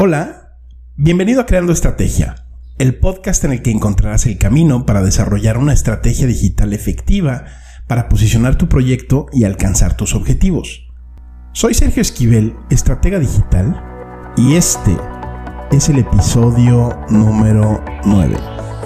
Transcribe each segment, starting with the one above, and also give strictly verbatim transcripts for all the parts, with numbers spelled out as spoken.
Hola, bienvenido a Creando Estrategia, el podcast en el que encontrarás el camino para desarrollar una estrategia digital efectiva para posicionar tu proyecto y alcanzar tus objetivos. Soy Sergio Esquivel, estratega digital, y este es el episodio número nueve.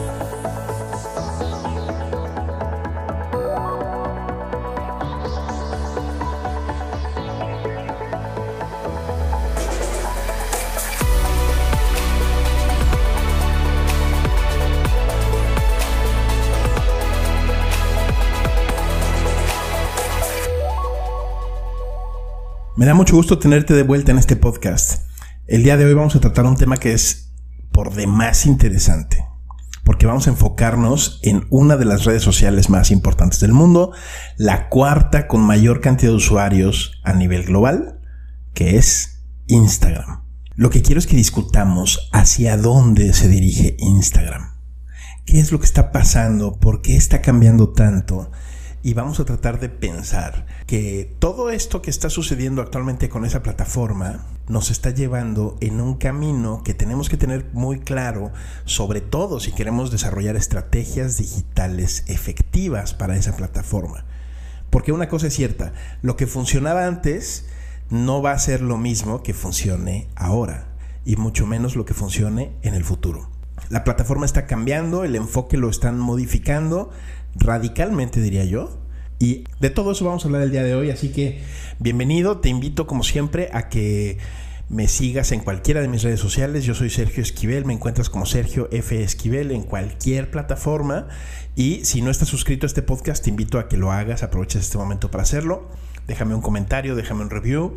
Me da mucho gusto tenerte de vuelta en este podcast. El día de hoy vamos a tratar un tema que es por demás interesante, porque vamos a enfocarnos en una de las redes sociales más importantes del mundo, la cuarta con mayor cantidad de usuarios a nivel global, que es Instagram. Lo que quiero es que discutamos hacia dónde se dirige Instagram, qué es lo que está pasando, por qué está cambiando tanto. Y vamos a tratar de pensar que todo esto que está sucediendo actualmente con esa plataforma nos está llevando en un camino que tenemos que tener muy claro, sobre todo si queremos desarrollar estrategias digitales efectivas para esa plataforma. Porque una cosa es cierta, lo que funcionaba antes no va a ser lo mismo que funcione ahora, y mucho menos lo que funcione en el futuro. La plataforma está cambiando, el enfoque lo están modificando radicalmente, diría yo, y de todo eso vamos a hablar el día de hoy. Así que bienvenido, te invito como siempre a que me sigas en cualquiera de mis redes sociales. Yo soy Sergio Esquivel, me encuentras como Sergio F. Esquivel en cualquier plataforma, y si no estás suscrito a este podcast te invito a que lo hagas, aproveches este momento para hacerlo, déjame un comentario, déjame un review.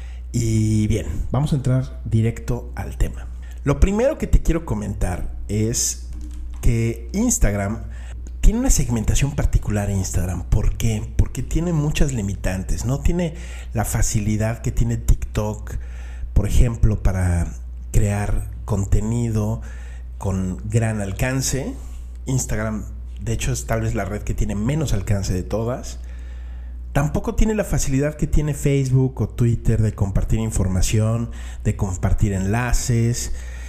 Y bien, vamos a entrar directo al tema. Lo primero que te quiero comentar es que Instagram tiene una segmentación particular en Instagram. ¿Por qué? Porque tiene muchas limitantes. No tiene la facilidad que tiene TikTok, por ejemplo, para crear contenido con gran alcance. Instagram, de hecho, es tal vez la red que tiene menos alcance de todas. Tampoco tiene la facilidad que tiene Facebook o Twitter de compartir información, de compartir enlaces.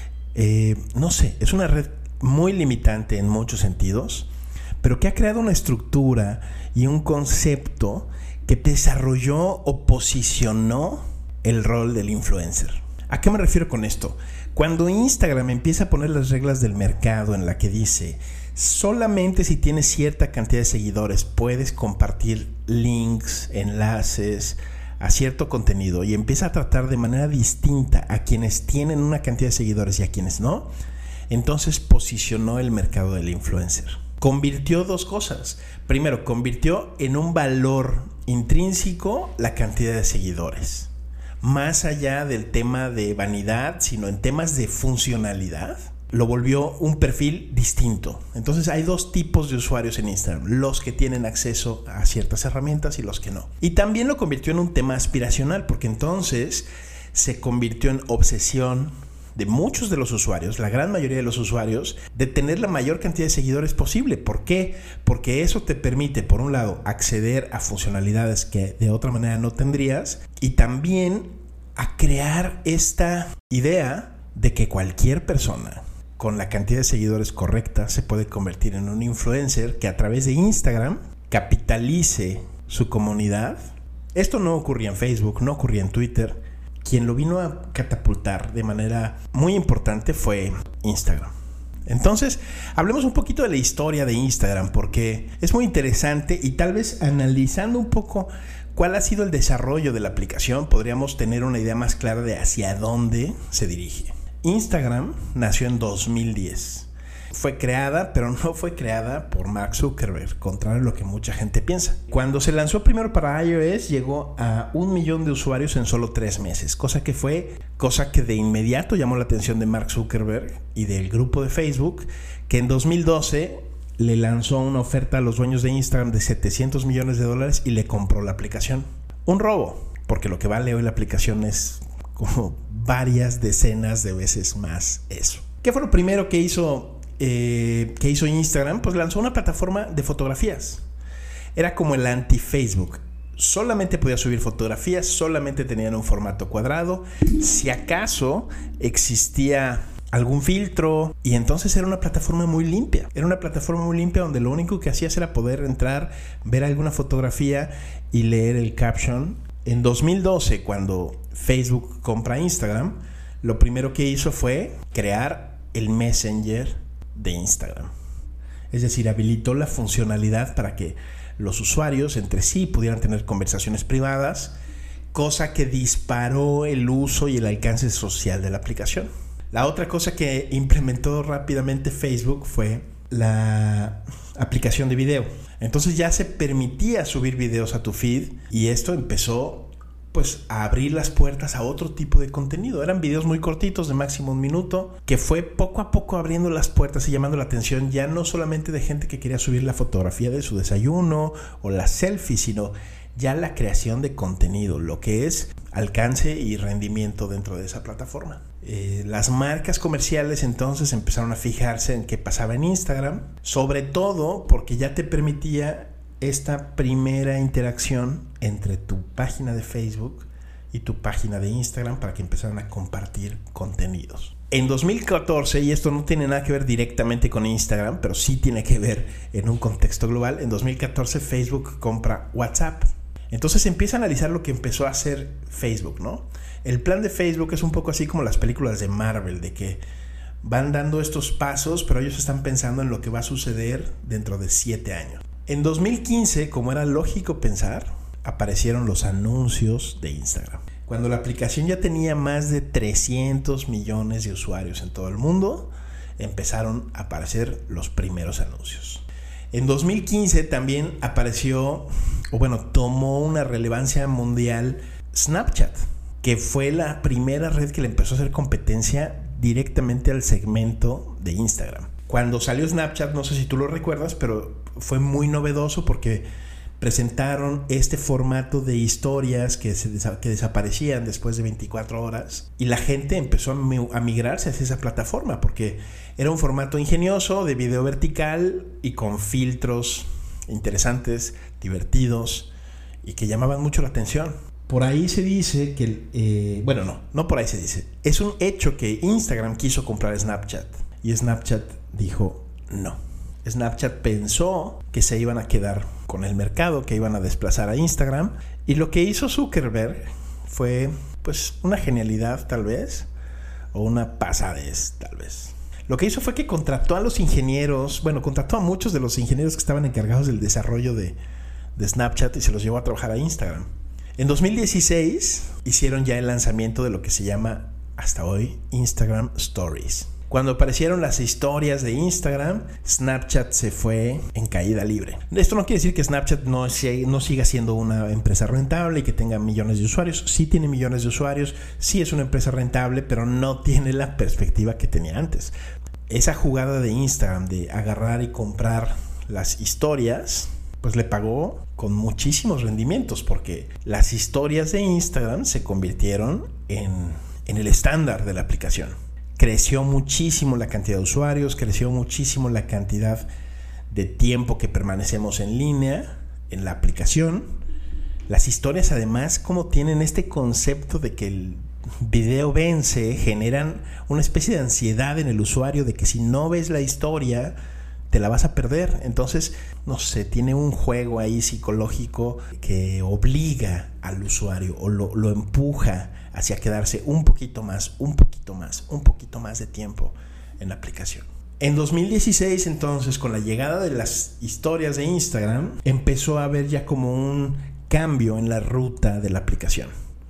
Eh, no sé, es una red muy limitante en muchos sentidos, pero que ha creado una estructura y un concepto que desarrolló o posicionó el rol del influencer. ¿A qué me refiero con esto? Cuando Instagram empieza a poner las reglas del mercado en la que dice solamente si tienes cierta cantidad de seguidores puedes compartir links, enlaces a cierto contenido, y empieza a tratar de manera distinta a quienes tienen una cantidad de seguidores y a quienes no, entonces posicionó el mercado del influencer. Convirtió dos cosas. Primero, convirtió en un valor intrínseco la cantidad de seguidores, más allá del tema de vanidad, sino en temas de funcionalidad. Lo volvió un perfil distinto. Entonces hay dos tipos de usuarios en Instagram: los que tienen acceso a ciertas herramientas y los que no. Y también lo convirtió en un tema aspiracional, porque entonces se convirtió en obsesión de muchos de los usuarios, la gran mayoría de los usuarios, de tener la mayor cantidad de seguidores posible. ¿Por qué? Porque eso te permite, por un lado, acceder a funcionalidades que de otra manera no tendrías, y también a crear esta idea de que cualquier persona con la cantidad de seguidores correcta se puede convertir en un influencer que a través de Instagram capitalice su comunidad. Esto no ocurría en Facebook, no ocurría en Twitter. Quien lo vino a catapultar de manera muy importante fue Instagram. Entonces, hablemos un poquito de la historia de Instagram, porque es muy interesante, y tal vez analizando un poco cuál ha sido el desarrollo de la aplicación podríamos tener una idea más clara de hacia dónde se dirige. Instagram nació en dos mil diez. Fue creada, pero no fue creada por Mark Zuckerberg, contrario a lo que mucha gente piensa. Cuando se lanzó primero para iOS, llegó a un millón de usuarios en solo tres meses, cosa que fue, cosa que de inmediato llamó la atención de Mark Zuckerberg y del grupo de Facebook, que en dos mil doce le lanzó una oferta a los dueños de Instagram de setecientos millones de dólares y le compró la aplicación. Un robo, porque lo que vale hoy la aplicación es como varias decenas de veces más eso. ¿Qué fue lo primero que hizo Eh, que hizo Instagram? Pues lanzó una plataforma de fotografías. Era como el anti-Facebook. solamente podías subir fotografías, solamente tenían un formato cuadrado, si acaso existía algún filtro, y entonces era una plataforma muy limpia. Era una plataforma muy limpia donde lo único que hacías era poder entrar, ver alguna fotografía y leer el caption. En dos mil doce, cuando Facebook compra Instagram, lo primero que hizo fue crear el Messenger de Instagram. Es decir, habilitó la funcionalidad para que los usuarios entre sí pudieran tener conversaciones privadas, cosa que disparó el uso y el alcance social de la aplicación. La otra cosa que implementó rápidamente Facebook fue la aplicación de video. Entonces ya se permitía subir videos a tu feed, y esto empezó pues a abrir las puertas a otro tipo de contenido. Eran videos muy cortitos de máximo un minuto, que fue poco a poco abriendo las puertas y llamando la atención ya no solamente de gente que quería subir la fotografía de su desayuno o la selfie, sino ya la creación de contenido, lo que es alcance y rendimiento dentro de esa plataforma. Eh, las marcas comerciales entonces empezaron a fijarse en qué pasaba en Instagram, sobre todo porque ya te permitía esta primera interacción entre tu página de Facebook y tu página de Instagram para que empezaran a compartir contenidos. En dos mil catorce, y esto no tiene nada que ver directamente con Instagram, pero sí tiene que ver en un contexto global, en dos mil catorce Facebook compra WhatsApp. Entonces empieza a analizar lo que empezó a hacer Facebook, ¿no? El plan de Facebook es un poco así como las películas de Marvel, de que van dando estos pasos, pero ellos están pensando en lo que va a suceder dentro de siete años. En dos mil quince, como era lógico pensar, aparecieron los anuncios de Instagram. Cuando la aplicación ya tenía más de trescientos millones de usuarios en todo el mundo, empezaron a aparecer los primeros anuncios. En dos mil quince también apareció, o bueno, tomó una relevancia mundial Snapchat, que fue la primera red que le empezó a hacer competencia directamente al segmento de Instagram. Cuando salió Snapchat, no sé si tú lo recuerdas, pero fue muy novedoso porque presentaron este formato de historias que, se desa- que desaparecían después de veinticuatro horas, y la gente empezó a, mi- a migrarse hacia esa plataforma porque era un formato ingenioso de video vertical y con filtros interesantes, divertidos y que llamaban mucho la atención. Por ahí se dice que, eh, bueno, no, no por ahí se dice, es un hecho que Instagram quiso comprar Snapchat y Snapchat dijo no. Snapchat pensó que se iban a quedar con el mercado, que iban a desplazar a Instagram, y lo que hizo Zuckerberg fue pues una genialidad tal vez, o una pasadez tal vez. Lo que hizo fue que contrató a los ingenieros, bueno, contrató a muchos de los ingenieros que estaban encargados del desarrollo de, de Snapchat y se los llevó a trabajar a Instagram. En dos mil dieciséis hicieron ya el lanzamiento de lo que se llama hasta hoy Instagram Stories. Cuando aparecieron las historias de Instagram, Snapchat se fue en caída libre. Esto no quiere decir que Snapchat no, se, no siga siendo una empresa rentable y que tenga millones de usuarios. Sí tiene millones de usuarios, sí es una empresa rentable, pero no tiene la perspectiva que tenía antes. Esa jugada de Instagram de agarrar y comprar las historias, pues le pagó con muchísimos rendimientos, porque las historias de Instagram se convirtieron en, en el estándar de la aplicación. Creció muchísimo la cantidad de usuarios, creció muchísimo la cantidad de tiempo que permanecemos en línea en la aplicación. Las historias, además, como tienen este concepto de que el video vence, generan una especie de ansiedad en el usuario de que si no ves la historia te la vas a perder. Entonces, no sé, tiene un juego ahí psicológico que obliga al usuario o lo, lo empuja hacia quedarse un poquito más, un poquito más, un poquito más de tiempo en la aplicación. En dos mil dieciséis, entonces, con la llegada de las historias de Instagram, empezó a haber ya como un cambio en la ruta de la aplicación.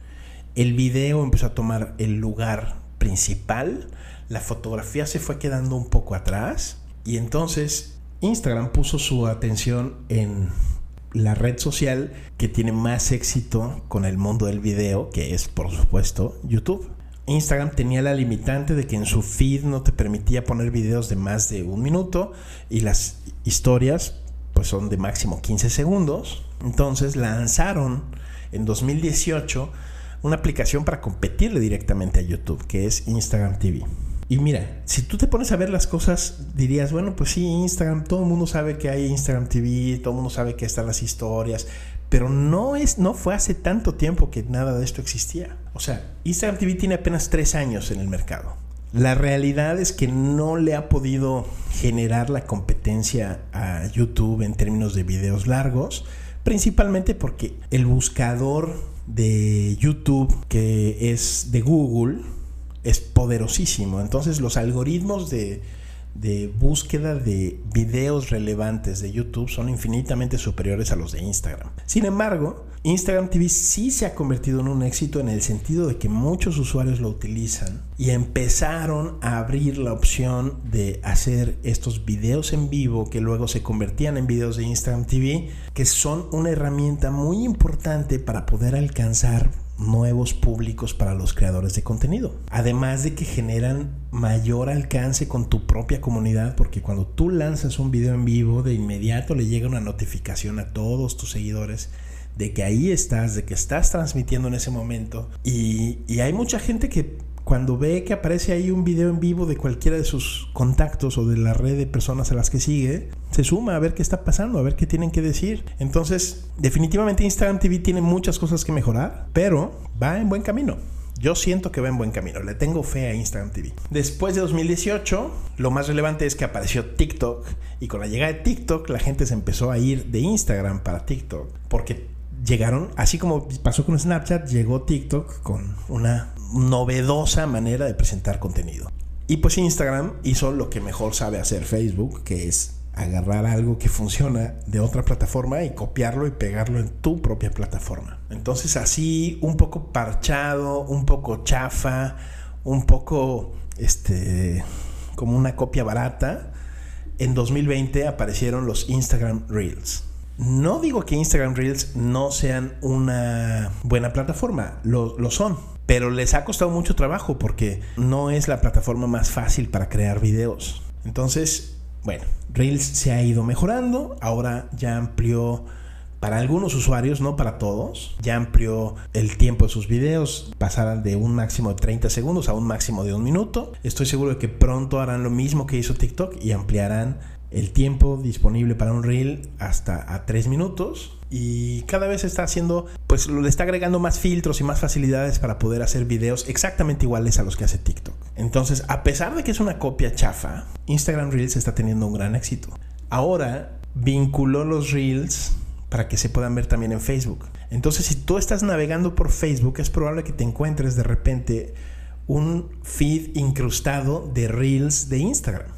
El video empezó a tomar el lugar principal, la fotografía se fue quedando un poco atrás, y entonces Instagram puso su atención en la red social que tiene más éxito con el mundo del video, que es, por supuesto, YouTube. Instagram tenía la limitante de que en su feed no te permitía poner videos de más de un minuto y las historias pues son de máximo quince segundos. Entonces lanzaron en dos mil dieciocho una aplicación para competirle directamente a YouTube, que es Instagram T V. Y mira, si tú te pones a ver las cosas, dirías, bueno, pues sí, Instagram, todo el mundo sabe que hay Instagram T V, todo el mundo sabe que están las historias, Pero no, es, no fue hace tanto tiempo que nada de esto existía. O sea, Instagram T V tiene apenas tres años en el mercado. La realidad es que no le ha podido generar la competencia a YouTube en términos de videos largos, principalmente porque el buscador de YouTube, que es de Google, es poderosísimo. Entonces los algoritmos de, de búsqueda de videos relevantes de YouTube son infinitamente superiores a los de Instagram. Sin embargo, Instagram T V sí se ha convertido en un éxito en el sentido de que muchos usuarios lo utilizan y empezaron a abrir la opción de hacer estos videos en vivo que luego se convertían en videos de Instagram T V, que son una herramienta muy importante para poder alcanzar nuevos públicos para los creadores de contenido. Además de que generan mayor alcance con tu propia comunidad, porque cuando tú lanzas un video en vivo, de inmediato le llega una notificación a todos tus seguidores de que ahí estás, de que estás transmitiendo en ese momento. Y, y hay mucha gente que cuando ve que aparece ahí un video en vivo de cualquiera de sus contactos o de la red de personas a las que sigue, se suma a ver qué está pasando, a ver qué tienen que decir. Entonces, definitivamente Instagram T V tiene muchas cosas que mejorar, pero va en buen camino. Yo siento que va en buen camino. Le tengo fe a Instagram T V. Después de dos mil dieciocho, lo más relevante es que apareció TikTok. Y con la llegada de TikTok, la gente se empezó a ir de Instagram para TikTok. Porque llegaron, así como pasó con Snapchat, llegó TikTok con una novedosa manera de presentar contenido. Y pues Instagram hizo lo que mejor sabe hacer Facebook, que es agarrar algo que funciona de otra plataforma y copiarlo y pegarlo en tu propia plataforma. Entonces así, un poco parchado, un poco chafa, un poco este, como una copia barata, en dos mil veinte aparecieron los Instagram Reels. No digo que Instagram Reels no sean una buena plataforma, lo, lo son, pero les ha costado mucho trabajo porque no es la plataforma más fácil para crear videos. Entonces, bueno, Reels se ha ido mejorando, ahora ya amplió para algunos usuarios, no para todos, ya amplió el tiempo de sus videos, pasarán de un máximo de treinta segundos a un máximo de un minuto. Estoy seguro de que pronto harán lo mismo que hizo TikTok y ampliarán el tiempo disponible para un reel hasta a tres minutos, y cada vez está haciendo, pues le está agregando más filtros y más facilidades para poder hacer videos exactamente iguales a los que hace TikTok. Entonces, a pesar de que es una copia chafa, Instagram Reels está teniendo un gran éxito. Ahora vinculó los Reels para que se puedan ver también en Facebook. Entonces, si tú estás navegando por Facebook, es probable que te encuentres de repente un feed incrustado de Reels de Instagram.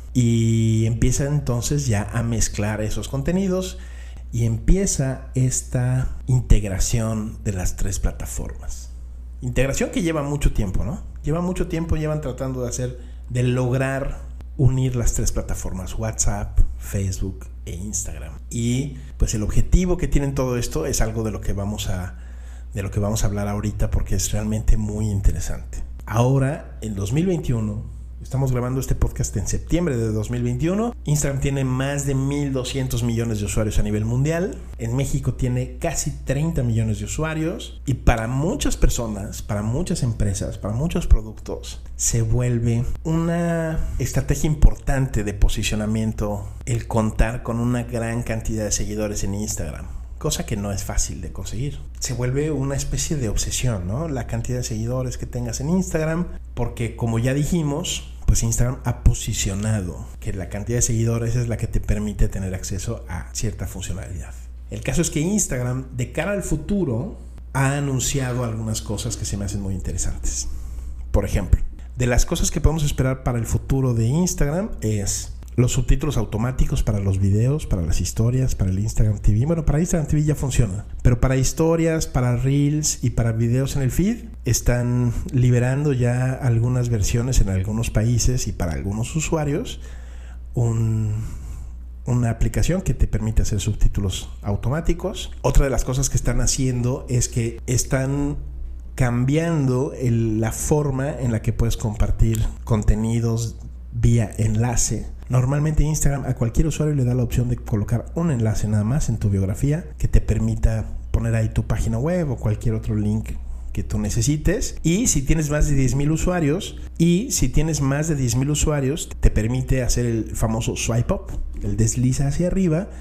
Y empieza entonces ya a mezclar esos contenidos y empieza esta integración de las tres plataformas. Integración que lleva mucho tiempo, ¿no? Lleva mucho tiempo, llevan tratando de hacer, de lograr unir las tres plataformas, WhatsApp, Facebook e Instagram. Y pues el objetivo que tienen todo esto es algo de lo que vamos a, de lo que vamos a hablar ahorita, porque es realmente muy interesante. Ahora, en dos mil veintiuno, estamos grabando este podcast en septiembre de dos mil veintiuno. Instagram tiene más de mil doscientos millones de usuarios a nivel mundial. En México tiene casi treinta millones de usuarios. Y para muchas personas, para muchas empresas, para muchos productos, se vuelve una estrategia importante de posicionamiento el contar con una gran cantidad de seguidores en Instagram. Cosa que no es fácil de conseguir. Se vuelve una especie de obsesión, ¿no? La cantidad de seguidores que tengas en Instagram, porque como ya dijimos, pues Instagram ha posicionado que la cantidad de seguidores es la que te permite tener acceso a cierta funcionalidad. El caso es que Instagram, de cara al futuro, ha anunciado algunas cosas que se me hacen muy interesantes. Por ejemplo, de las cosas que podemos esperar para el futuro de Instagram es los subtítulos automáticos para los videos, para las historias, para el Instagram T V. Bueno, para Instagram T V ya funciona, pero para historias, para Reels y para videos en el feed están liberando ya algunas versiones en algunos países y para algunos usuarios un, una aplicación que te permite hacer subtítulos automáticos. Otra de las cosas que están haciendo es que están cambiando el, la forma en la que puedes compartir contenidos vía enlace. Normalmente Instagram a cualquier usuario le da la opción de colocar un enlace nada más en tu biografía que te permita poner ahí tu página web o cualquier otro link que tú necesites. Y si tienes más de diez mil usuarios y si tienes más de diez mil usuarios te permite hacer el famoso swipe up, el desliza hacia arriba,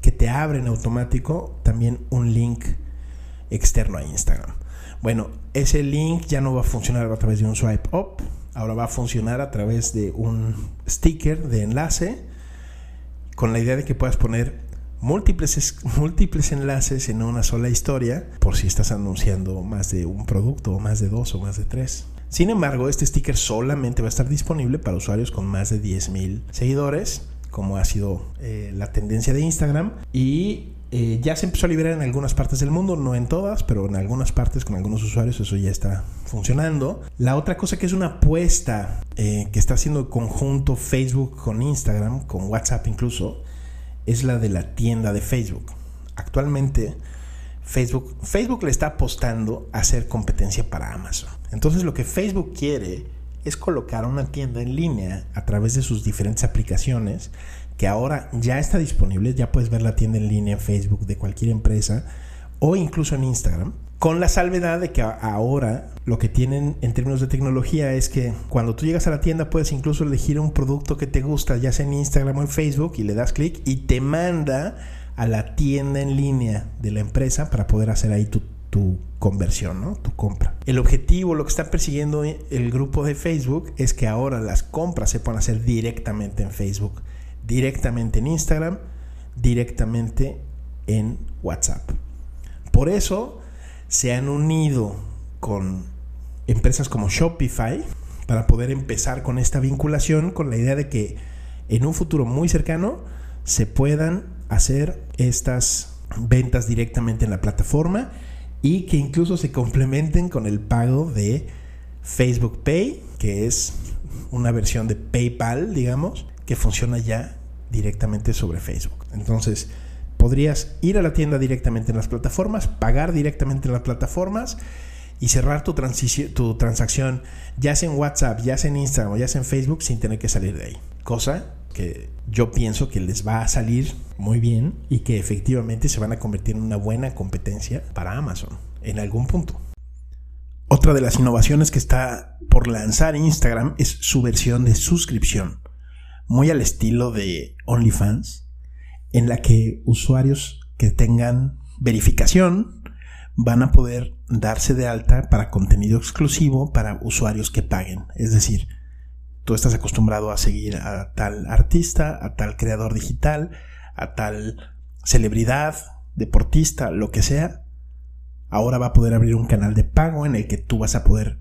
que te abre en automático también un link externo a Instagram. Bueno, ese link ya no va a funcionar a través de un swipe up, ahora va a funcionar a través de un sticker de enlace, con la idea de que puedas poner múltiples, múltiples enlaces en una sola historia, por si estás anunciando más de un producto, o más de dos, o más de tres. Sin embargo, este sticker solamente va a estar disponible para usuarios con más de diez mil seguidores, como ha sido eh, la tendencia de Instagram, y eh, ya se empezó a liberar en algunas partes del mundo, no en todas, pero en algunas partes con algunos usuarios eso ya está funcionando. La otra cosa que es una apuesta eh, que está haciendo conjunto Facebook con Instagram, con WhatsApp incluso, es la de la tienda de Facebook. Actualmente Facebook, Facebook le está apostando a hacer competencia para Amazon. Entonces lo que Facebook quiere es colocar una tienda en línea a través de sus diferentes aplicaciones, que ahora ya está disponible. Ya puedes ver la tienda en línea en Facebook de cualquier empresa o incluso en Instagram, con la salvedad de que ahora lo que tienen en términos de tecnología es que cuando tú llegas a la tienda puedes incluso elegir un producto que te gusta, ya sea en Instagram o en Facebook, y le das clic y te manda a la tienda en línea de la empresa para poder hacer ahí tu, tu conversión, ¿no? Tu compra. El objetivo, lo que está persiguiendo el grupo de Facebook, es que ahora las compras se puedan hacer directamente en Facebook, directamente en Instagram, directamente en WhatsApp. Por eso se han unido con empresas como Shopify para poder empezar con esta vinculación, con la idea de que en un futuro muy cercano se puedan hacer estas ventas directamente en la plataforma y que incluso se complementen con el pago de Facebook Pay, que es una versión de PayPal, digamos, que funciona ya directamente sobre Facebook. Entonces podrías ir a la tienda directamente en las plataformas, pagar directamente en las plataformas y cerrar tu, transici- tu transacción, ya sea en WhatsApp, ya sea en Instagram o ya sea en Facebook, sin tener que salir de ahí. Cosa que yo pienso que les va a salir muy bien y que efectivamente se van a convertir en una buena competencia para Amazon en algún punto. Otra de las innovaciones que está por lanzar Instagram es su versión de suscripción, muy al estilo de OnlyFans, en la que usuarios que tengan verificación van a poder darse de alta para contenido exclusivo para usuarios que paguen. Es decir, tú estás acostumbrado a seguir a tal artista, a tal creador digital, a tal celebridad, deportista, lo que sea. Ahora va a poder abrir un canal de pago en el que tú vas a poder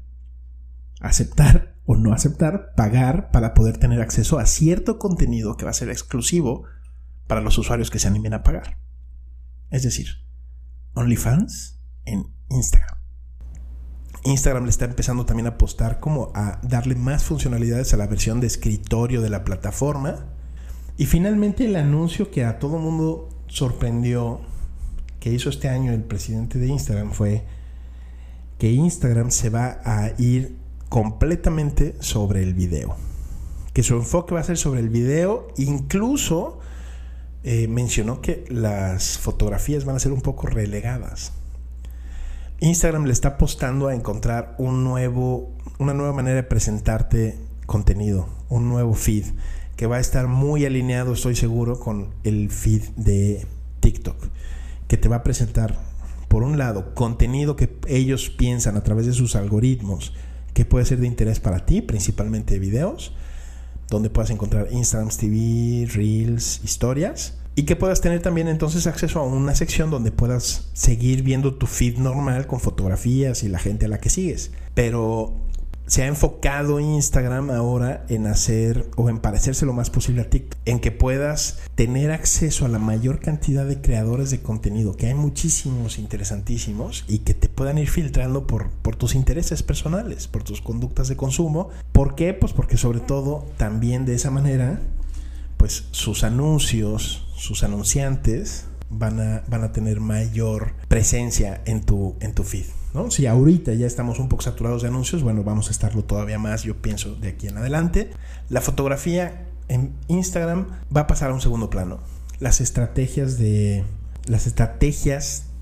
aceptar o no aceptar, pagar para poder tener acceso a cierto contenido que va a ser exclusivo para los usuarios que se animen a pagar. Es decir, OnlyFans en Instagram. Instagram le está empezando también a apostar como a darle más funcionalidades a la versión de escritorio de la plataforma. Y finalmente el anuncio que a todo mundo sorprendió que hizo este año el presidente de Instagram fue que Instagram se va a ir completamente sobre el video, que su enfoque va a ser sobre el video. Incluso eh, mencionó que las fotografías van a ser un poco relegadas. Instagram le está apostando a encontrar un nuevo, una nueva manera de presentarte contenido, un nuevo feed que va a estar muy alineado, estoy seguro, con el feed de TikTok, que te va a presentar, por un lado, contenido que ellos piensan a través de sus algoritmos que puede ser de interés para ti, principalmente videos, donde puedas encontrar Instagram T V, Reels, historias, y que puedas tener también entonces acceso a una sección donde puedas seguir viendo tu feed normal con fotografías y la gente a la que sigues. Pero se ha enfocado Instagram ahora en hacer o en parecerse lo más posible a TikTok, en que puedas tener acceso a la mayor cantidad de creadores de contenido, que hay muchísimos interesantísimos, y que te puedan ir filtrando por, por tus intereses personales, por tus conductas de consumo. ¿Por qué? Pues porque sobre todo también de esa manera pues sus anuncios, sus anunciantes van a, van a tener mayor presencia en tu, en tu feed, ¿no? Si ahorita ya estamos un poco saturados de anuncios, bueno, vamos a estarlo todavía más, yo pienso, de aquí en adelante. La fotografía en Instagram va a pasar a un segundo plano. Las estrategias de, las estrategias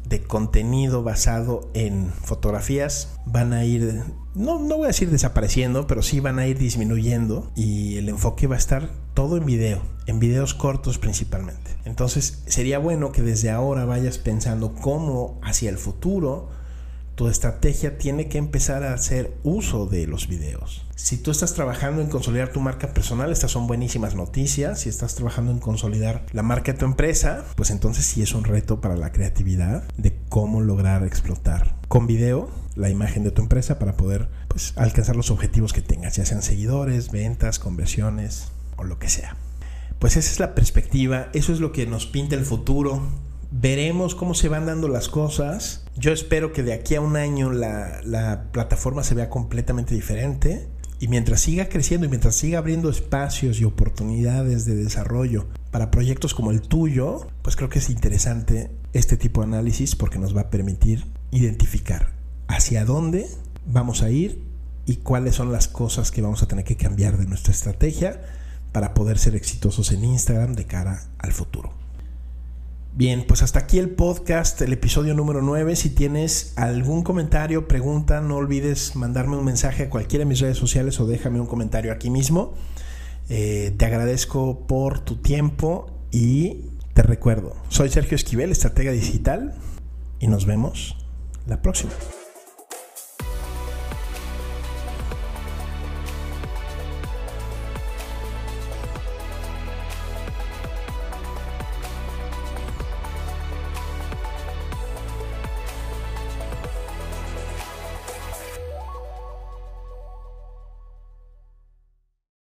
de contenido basado en fotografías van a ir, no, no voy a decir desapareciendo, pero sí van a ir disminuyendo, y el enfoque va a estar todo en video, en videos cortos principalmente. Entonces sería bueno que desde ahora vayas pensando cómo hacia el futuro tu estrategia tiene que empezar a hacer uso de los videos. Si tú estás trabajando en consolidar tu marca personal, estas son buenísimas noticias. Si estás trabajando en consolidar la marca de tu empresa, pues entonces sí es un reto para la creatividad de cómo lograr explotar con video la imagen de tu empresa para poder, pues, alcanzar los objetivos que tengas, ya sean seguidores, ventas, conversiones o lo que sea. Pues esa es la perspectiva, eso es lo que nos pinta el futuro. Veremos cómo se van dando las cosas. Yo espero que de aquí a un año la, la plataforma se vea completamente diferente, y mientras siga creciendo y mientras siga abriendo espacios y oportunidades de desarrollo para proyectos como el tuyo, pues creo que es interesante este tipo de análisis, porque nos va a permitir identificar hacia dónde vamos a ir y cuáles son las cosas que vamos a tener que cambiar de nuestra estrategia para poder ser exitosos en Instagram de cara al futuro. Bien, pues hasta aquí el podcast, el episodio número nueve. Si tienes algún comentario, pregunta, no olvides mandarme un mensaje a cualquiera de mis redes sociales o déjame un comentario aquí mismo. Eh, te agradezco por tu tiempo y te recuerdo, soy Sergio Esquivel, estratega digital, y nos vemos la próxima.